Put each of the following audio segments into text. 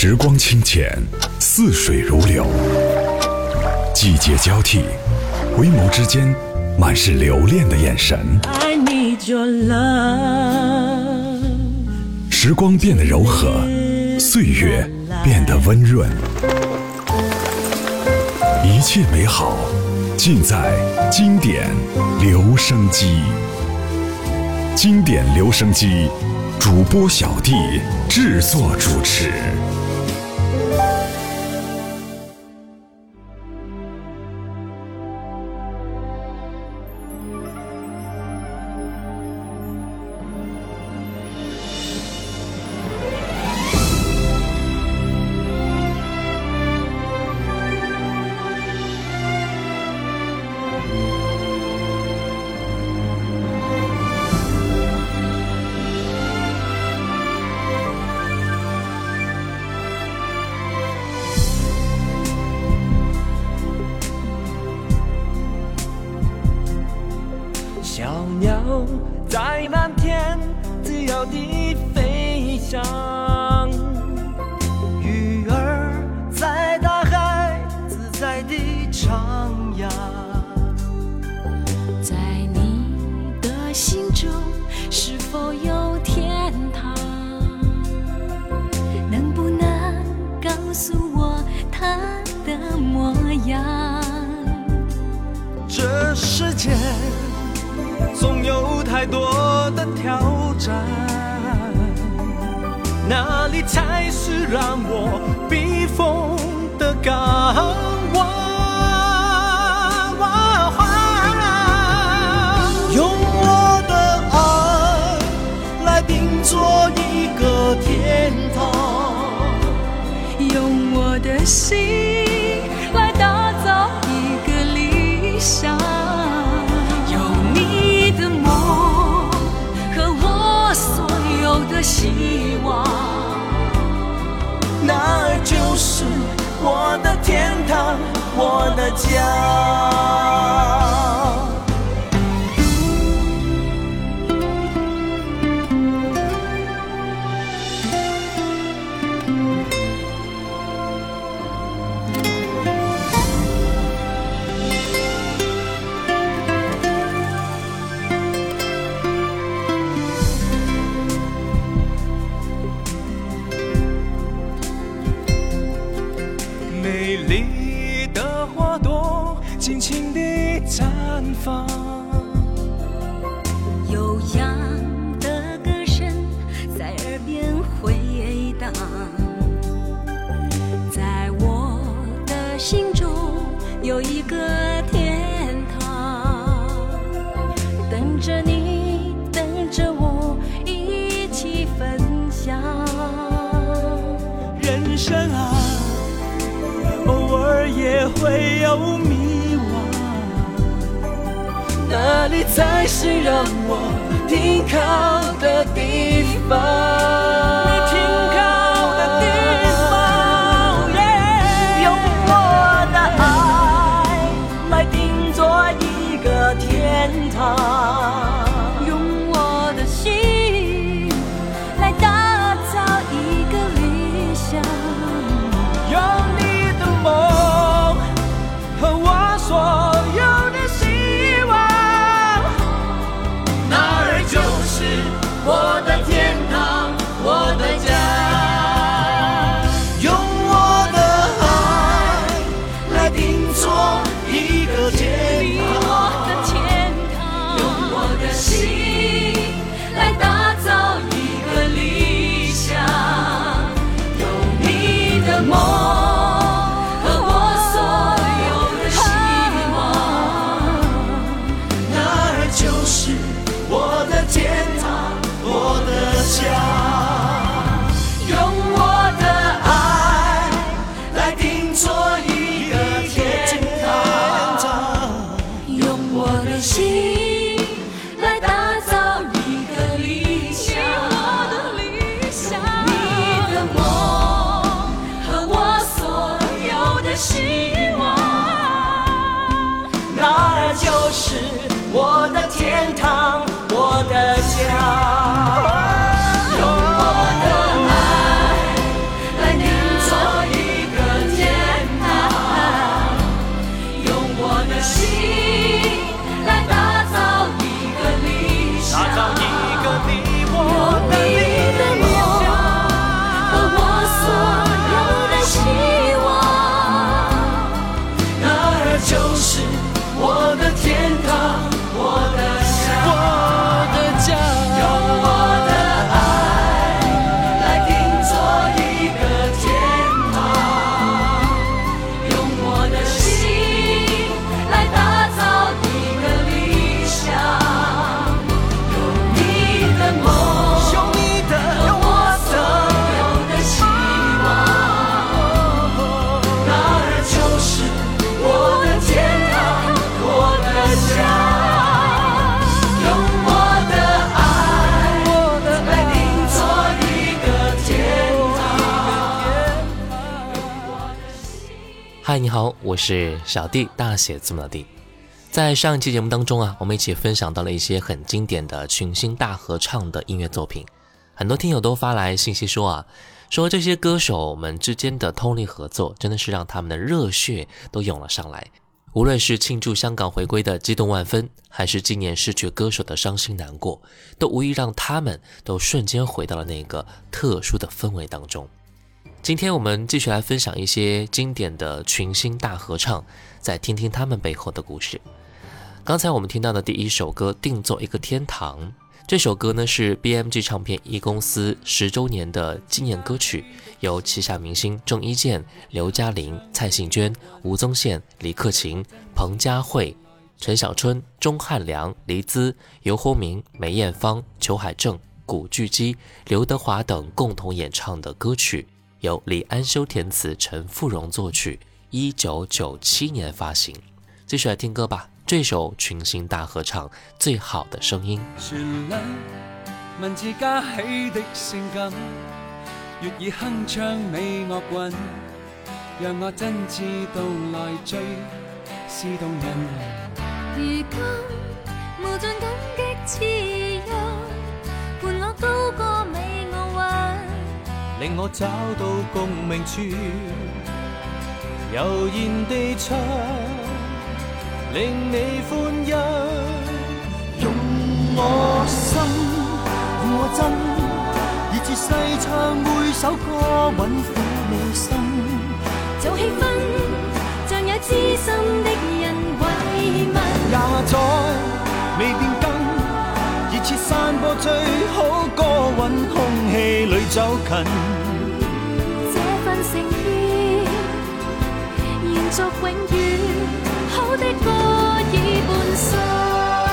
时光清浅，似水如流，季节交替，回眸之间满是留恋的眼神。 I need your love。 时光变得柔和，岁月变得温润，一切美好尽在经典留声机。经典留声机，主播小弟制作主持。 小鸟在蓝天自由地飞翔，鱼儿在大海自在地徜徉。 在你的心中是否有天堂？能不能告诉我它的模样？ 这世界总有太多的挑战，哪里才是让我避风的港湾？用我的爱来定做一个天堂， 用我的心来打造一个理想。的希望， 那儿就是我的天堂，我的家。美丽的花朵尽情地绽放， 悠扬的歌声在耳边回荡，在我的心中有一个天堂，等着你，等着我一起分享。 人生啊，偶尔也会有迷惘，哪里才是让我停靠的地方？你停靠的地方，用我的爱来定做一个天堂， 用我的心来打造一个理想。 用你的梦和我所有的希望，那儿就是我的天堂，我的家。用我的爱来定做一个天堂，用我的心来打造一个理想。有你的梦用我的爱来定做一个天堂， 用我的心来打造一个理想。用你的梦和我所有的希望， 那儿就是我的天堂，我的家。用我的爱来定嗨，你好，我是小弟，大写字母的弟。在上一期节目当中啊，我们一起分享到了一些很经典的群星大合唱的音乐作品。很多听友都发来信息说这些歌手们之间的通力合作，真的是让他们的热血都涌了上来。无论是庆祝香港回归的激动万分，还是今年失去歌手的伤心难过，都无疑让他们都瞬间回到了那个特殊的氛围当中。今天我们继续来分享一些经典的群星大合唱，再听听他们背后的故事。刚才我们听到的第一首歌《定做一个天堂》，这首歌呢是 BMG 唱片一公司10周年的纪念歌曲，由旗下明星郑伊健、刘嘉玲、蔡幸娟、吴宗宪、李克勤、彭佳慧、陈小春、钟汉良、黎姿、游鸿明、梅艳芳、裘海正、古巨基、刘德华等共同演唱的歌曲，由李安修填词，陈富荣作曲，1997年发行。继续来听歌吧，这首群星大合唱《最好的声音》。 旋律文字加起的性感，悦耳鏗鏘美樂韻，讓我真知道來追是動人。 如今無盡感激滋潤，伴我高歌美樂韻， 令我找到共鳴處，悠然地唱，令你歡欣。用我心，用我真，熱切細唱每首歌，韻撫你心。 做氣氛，像有知心的人慰問， 也在未變更，熱切散播最好歌韻，空氣裏走近。 這份誠意延續永遠，好的歌已半生。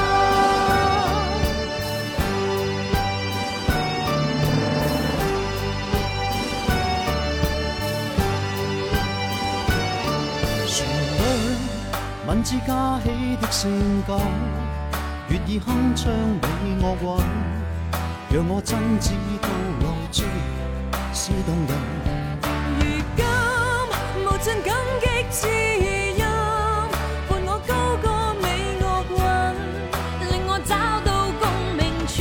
旋律文字加起的性感，悦耳鏗鏘美樂韻，讓我真知道來追是動人。 如今無盡感激滋潤，伴我高歌美樂韻，令我找到共鳴處，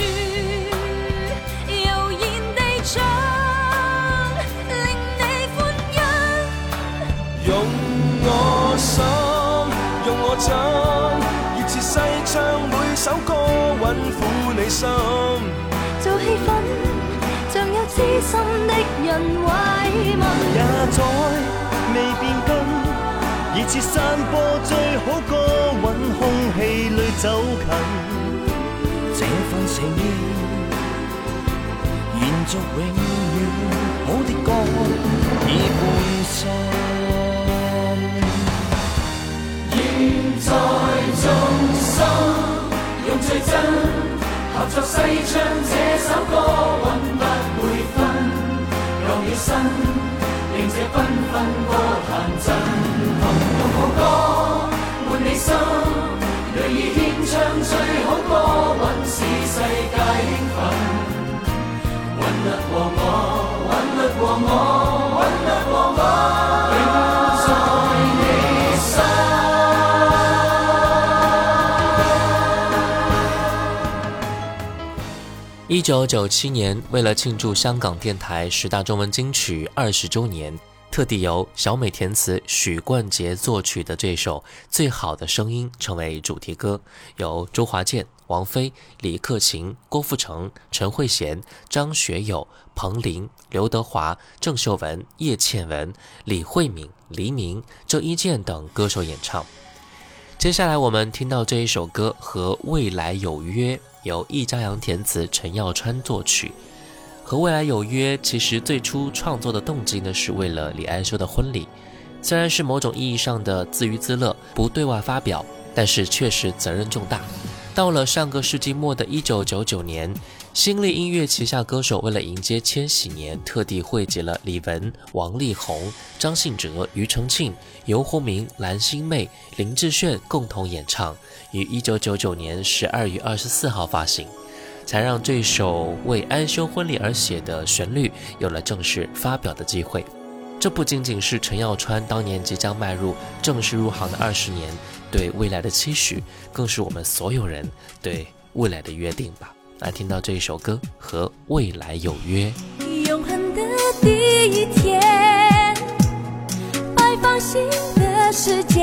悠然地唱，令你歡欣。 用我心，用我真，熱切細唱每首歌，韻撫你心。 做氣氛，像有知心的人慰問， 也在未變更，熱切散播最好歌韻，空氣裏走近。這份情意延續永遠，好的歌已半生。現在眾生用最真合作細唱這首歌，韻不會分，讓你身令這繽紛歌壇震撼。用好歌換你心，銳意獻唱最好歌韻，使世界興奮。韻律和我，韻律和我，韻律和我，永在你心。 1997年，为了庆祝香港电台10大中文金曲20周年，特地由小美填词、许冠杰作曲的这首《最好的声音》成为主题歌，由周华健、王菲、李克勤、郭富城、陈慧娴、张学友、彭羚、刘德华、郑秀文、叶倩文、李慧敏、黎明、郑伊健等歌手演唱。接下来我们听到这一首歌《和未来有约》，由易家扬填词，陈耀川作曲。和未来有约其实最初创作的动机呢，是为了李安修的婚礼，虽然是某种意义上的自娱自乐，不对外发表，但是确实责任重大。到了上个世纪末的1999年，新力音乐旗下歌手为了迎接千禧年，特地汇集了李玟、王力宏、张信哲、庾澄庆、游鸿明、蓝心湄、林志炫共同演唱，于1999年12月24号发行，才让这首为安修婚礼而写的旋律有了正式发表的机会。 这不仅仅是陈耀川当年即将迈入正式入行的20年对未来的期许，更是我们所有人对未来的约定吧。来听到这一首歌，和未来有约。 永恒的第一天，摆放新的世界，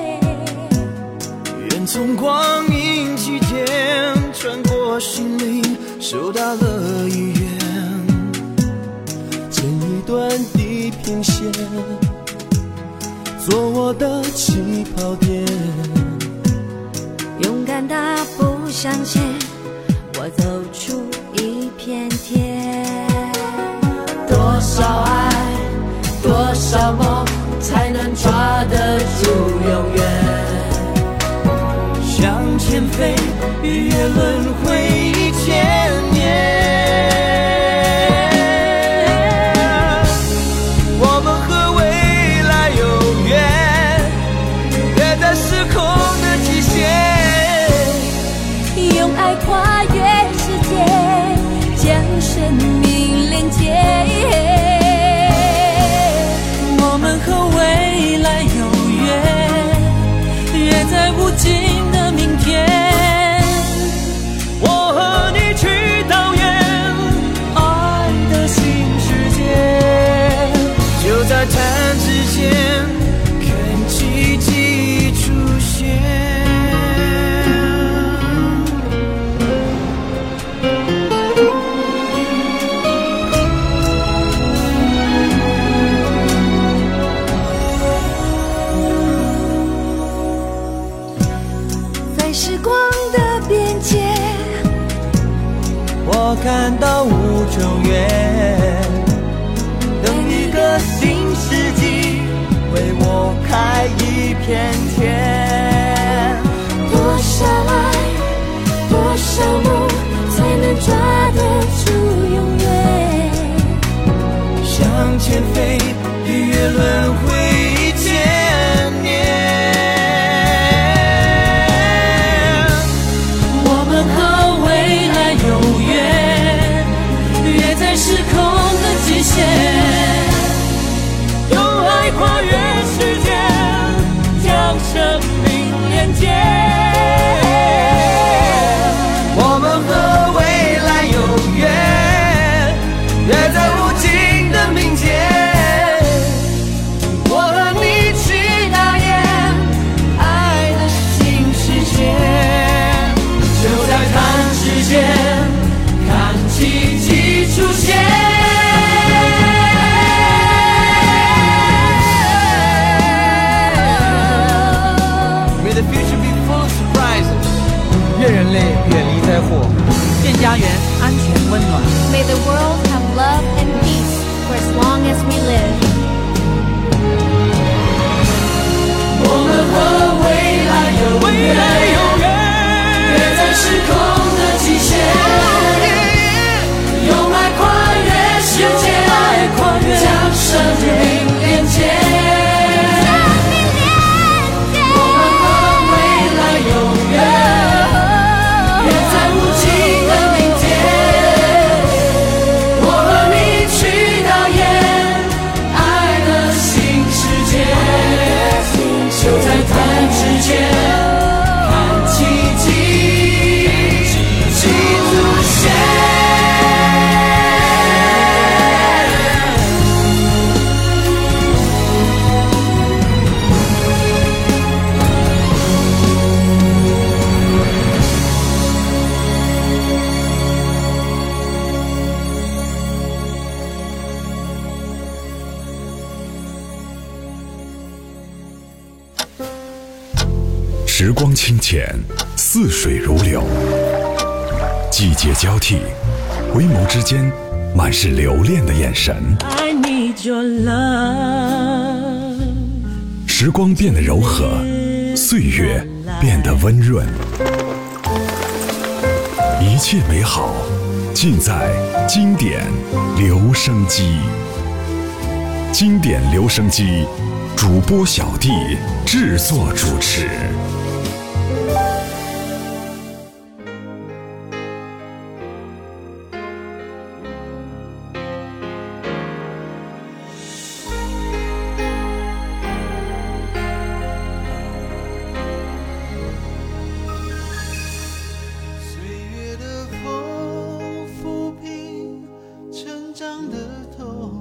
愿从光阴期间穿过心灵，收到了意愿，牵一段地平线，做我的起跑点。 勇敢大步向前，我走出一片天。 多少爱，多少梦，才能抓得住永远？向前飞，逾越轮回1000年。我们和未来有约，约在时空的极限， 用爱跨越世界，将生命连接。 我们和未来有约，约在无尽的明天。我和你去导演爱的新世界，就在弹指间看奇迹出现。我看到无穷远，等一个新世纪为我开一片天。 多少爱，多少梦，才能抓得住永远？ 向前飞，逾越轮回1000年。我们和未来有约，约在时空的极限，用爱跨越时间，将生命连接。我们和未来有约，约在无尽的明天。我和你去导演爱的新世界，就在弹指间看奇迹出现。May the future be full of surprises， 愿人类远离灾祸，愿家园安全温暖。 May the world have love and peace for as long as we live. 我们和未来有约，约在时空的极限，用爱跨越世界，将生命连接。我们和未来有约，约在无尽的明天。我和你去导演爱的新世界，就在弹指间看奇迹出现。 时光清浅，似水如流，季节交替，回眸之间满是留恋的眼神。 I need your love。 时光变得柔和，岁月变得温润，一切美好尽在经典留声机。经典留声机，主播小弟制作主持。 头，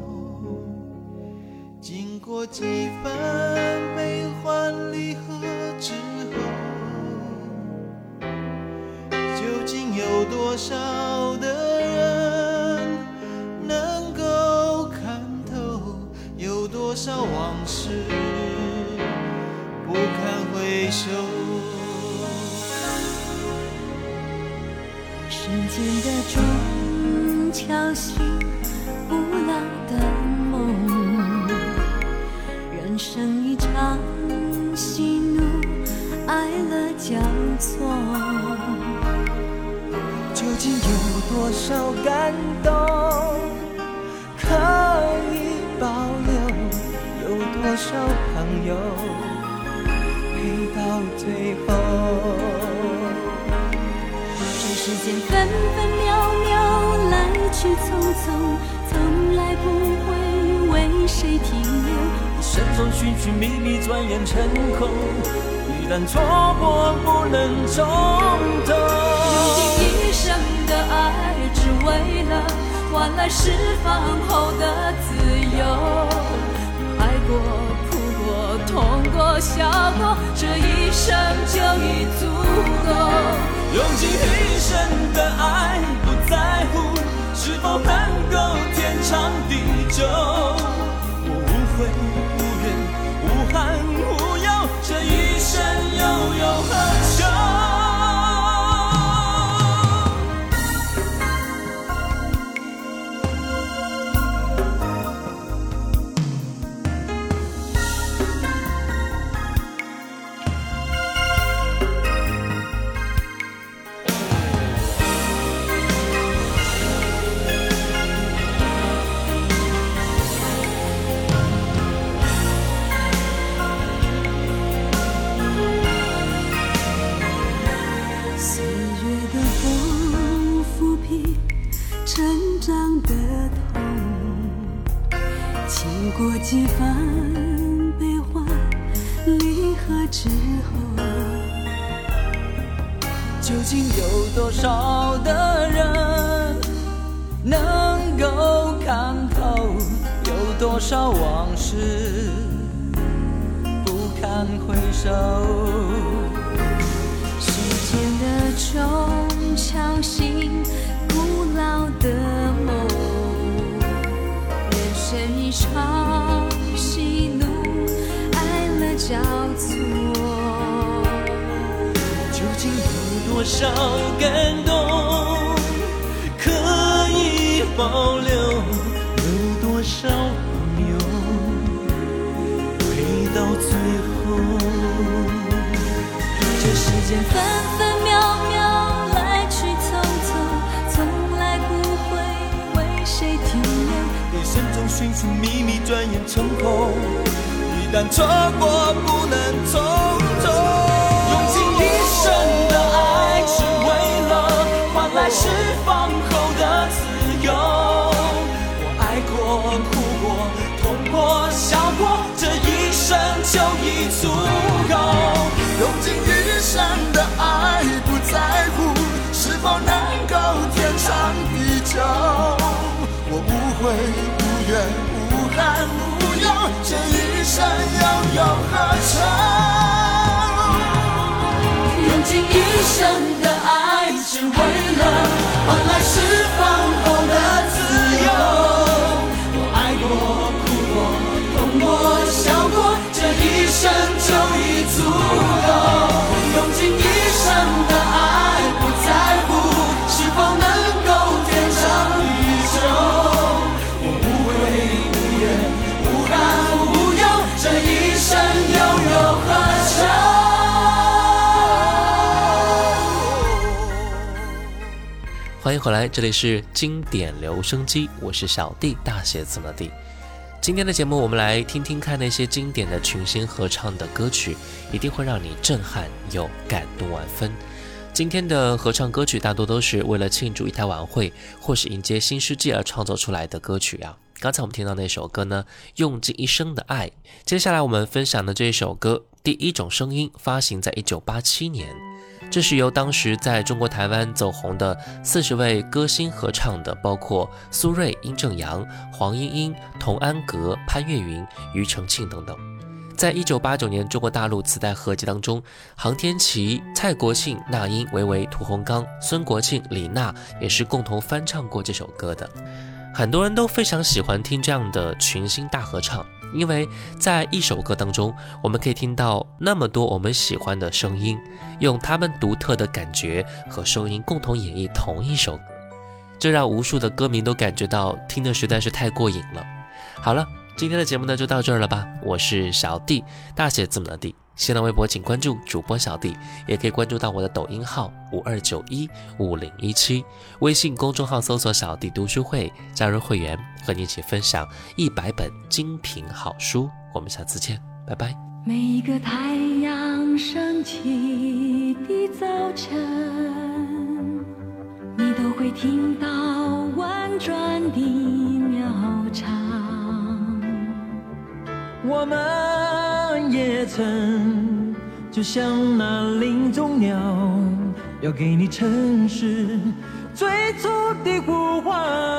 经过几番悲欢离合之后，究竟有多少的人能够看透，有多少往事不堪回首。 时间的钟敲醒古老的梦，人生一场喜怒哀乐交错， 究竟有多少感动可以保留，有多少朋友陪到最后。 时间分分秒秒来去匆匆，从来不会为谁停留， 一生中寻寻觅觅，转眼成空，一旦错过不能从头。 用尽一生的爱，只为了换来释放后的自由，爱过哭过痛过笑过，这一生就已足够。 用尽一生的爱，不在乎是否能够天长地久。我无悔无怨无憾无忧，这一生又有何求？ 过几番悲欢离合之后， 究竟有多少的人能够看透，有多少往事不堪回首。 时间的钟敲醒古老的梦，人生一场喜怒哀乐交错， 究竟有多少感动可以保留，有多少朋友陪到最后。 这世间分分秒秒来去匆匆，从来不会为谁停留， 一生中寻寻觅觅，转眼成空，一旦错过不能从头。用尽一生的爱，只为了换来释放后的自由。我爱过哭过痛过笑过，这一生就已足够。 用尽一生的爱，不在乎是否能够天长地久。我无悔无怨无憾无忧，这一生又有何愁？ 用尽一生的爱，只为了换来释放后的自由。我爱过哭过痛过笑过，这一生就已足够。用尽一生的爱，不在乎是否能够天长地久。我无悔无怨无憾无忧，这一生又有何求？欢迎回来，这里是经典留声机，我是小弟，大写字母的弟。今天的节目，我们来听听看那些经典的群星合唱的歌曲，一定会让你震撼又感动万分。今天的合唱歌曲大多都是为了庆祝一台晚会或是迎接新世纪而创作出来的歌曲啊。刚才我们听到那首歌呢，用尽一生的爱。接下来我们分享的这一首歌，第一种声音发行在1987年， 这是由当时在中国台湾走红的40位歌星合唱的，包括苏芮、殷正阳、黄莺莺、童安格、潘越云、庾澄庆等等。在1989年中国大陆磁带合集当中，杭天琪、蔡国庆、那英、维维、屠洪刚、孙国庆、李娜也是共同翻唱过这首歌的。很多人都非常喜欢听这样的群星大合唱，因为在一首歌当中，我们可以听到那么多我们喜欢的声音，用他们独特的感觉和声音共同演绎同一首歌，这让无数的歌迷都感觉到听得实在是太过瘾了。好了，今天的节目呢就到这儿了吧，我是小弟，大写字母的弟。新浪微博请关注主播小弟，也可以关注到我的抖音号52915017，微信公众号搜索小弟读书会，加入会员，和你一起分享100本精品好书。我们下次见，拜拜。 每一个太阳升起的早晨，你都会听到婉转的鸟唱。 我们也曾就像那林中鸟，要给你城市最初的呼唤。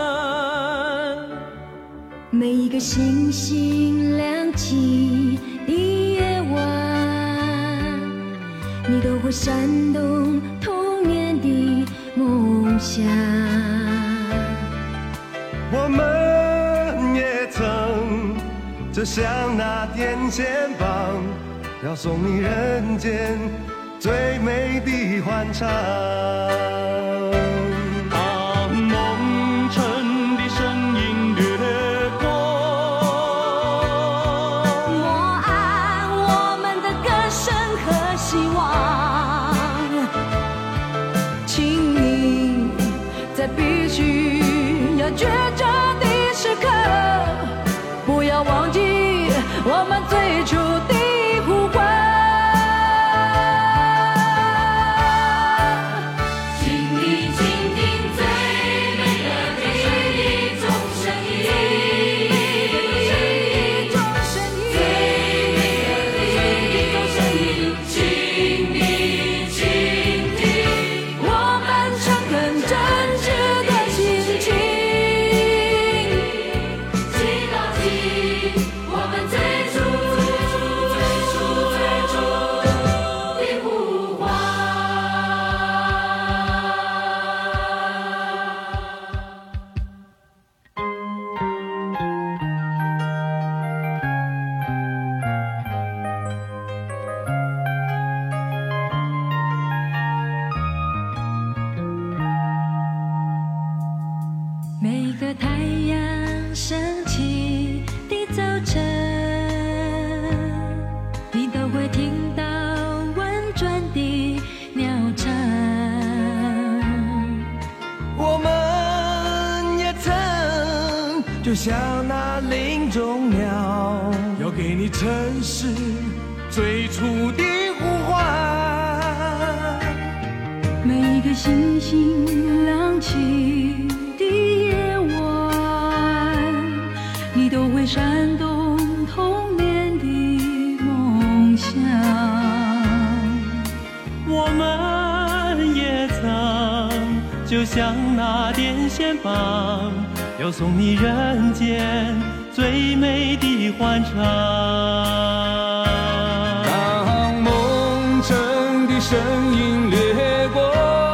每一个星星亮起的夜晚，你都会闪动童年的梦想。 我们也曾就像那电线棒，要送你人间最美的欢唱。 当梦城的身影掠过， 默哀我们的歌声和希望， 请你在必须要抉择的时刻，不要忘记我们最初的呼唤。 请你倾听最美的一种声音，最美的一种声音，请你倾听我们诚恳真挚的心情， 祈祷起我们最初的呼唤。每个太阳升起的早晨，你都会听到婉转的鸟唱。 我们也曾就像那林中鸟，要给你城市最初的呼唤。 每一个星星亮起的夜晚，你都会闪动童年的梦想。 我们也曾就像那电线棒，要送你人间最美的欢唱。当梦城的身影掠过，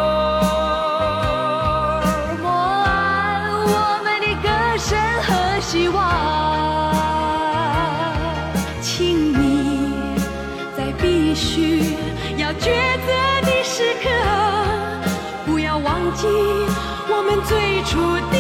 默哀我们的歌声和希望，请你在必须要抉择的时刻，不要忘记我们最初的